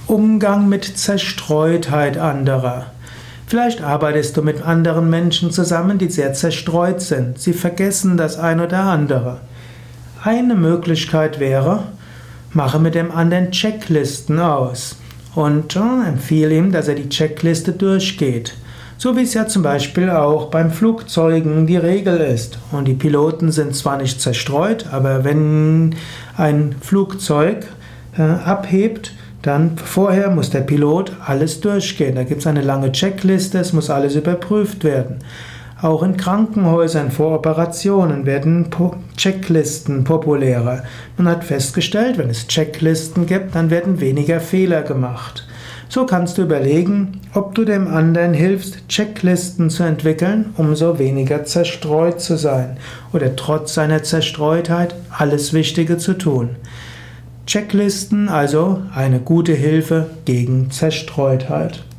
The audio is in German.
Umgang mit Zerstreutheit anderer. Vielleicht arbeitest du mit anderen Menschen zusammen, die sehr zerstreut sind. Sie vergessen das ein oder andere. Eine Möglichkeit wäre, mache mit dem anderen Checklisten aus und empfehle ihm, dass er die Checkliste durchgeht. So wie es ja zum Beispiel auch beim Flugzeugen die Regel ist. Und die Piloten sind zwar nicht zerstreut, aber wenn ein Flugzeug abhebt, dann vorher muss der Pilot alles durchgehen. Da gibt es eine lange Checkliste, es muss alles überprüft werden. Auch in Krankenhäusern vor Operationen werden Checklisten populärer. Man hat festgestellt, wenn es Checklisten gibt, dann werden weniger Fehler gemacht. So kannst du überlegen, ob du dem anderen hilfst, Checklisten zu entwickeln, um so weniger zerstreut zu sein oder trotz seiner Zerstreutheit alles Wichtige zu tun. Checklisten also eine gute Hilfe gegen Zerstreutheit.